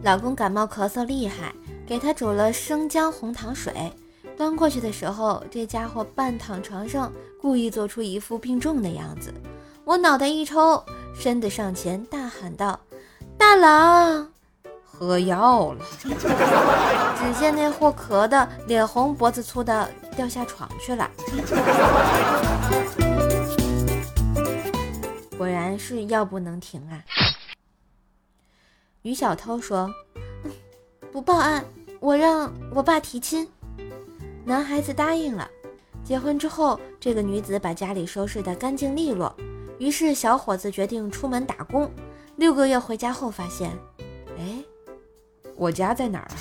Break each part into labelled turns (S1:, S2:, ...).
S1: 老公感冒咳嗽厉害，给他煮了生姜红糖水，端过去的时候，这家伙半躺床上，故意做出一副病重的样子。我脑袋一抽，身子上前大喊道：大郎，喝药了。只见那货咳得脸红脖子粗的掉下床去了。果然是药不能停啊。于小偷说：不报案，我让我爸提亲。男孩子答应了。结婚之后，这个女子把家里收拾得干净利落，于是小伙子决定出门打工。6个月回家后发现，哎，我家在哪儿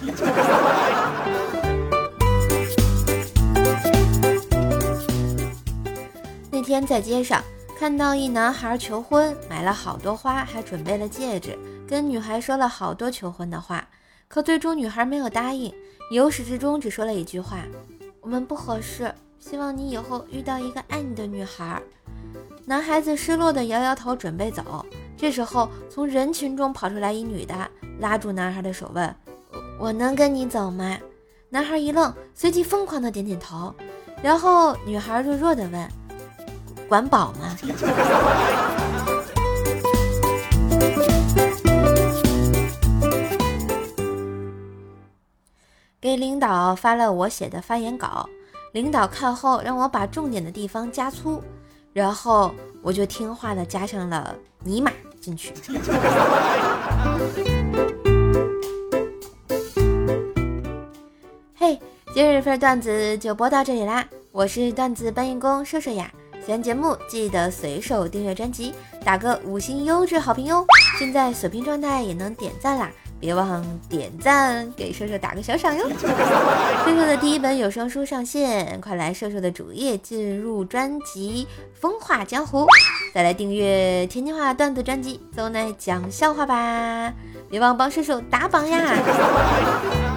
S1: 那天在街上看到一男孩求婚，买了好多花，还准备了戒指，跟女孩说了好多求婚的话，可最终女孩没有答应，由始至终只说了一句话：我们不合适，希望你以后遇到一个爱你的女孩。男孩子失落的摇摇头准备走，这时候从人群中跑出来一女的，拉住男孩的手问：我能跟你走吗？男孩一愣，随即疯狂的点点头，然后女孩弱弱的问：管饱吗？给领导发了我写的发言稿，领导看后让我把重点的地方加粗，然后我就听话的加上了尼玛进去。嘿，今日份段子就播到这里啦，我是段子搬运工射射呀。喜欢节目记得随手订阅专辑，打个5星优质好评哟。现在锁屏状态也能点赞啦，别忘点赞给射射打个小赏哟。射射的第1本有声书上线，快来射射的主页进入专辑风化江湖，再来订阅天津话段子专辑，走来讲笑话吧，别忘帮射手打榜呀。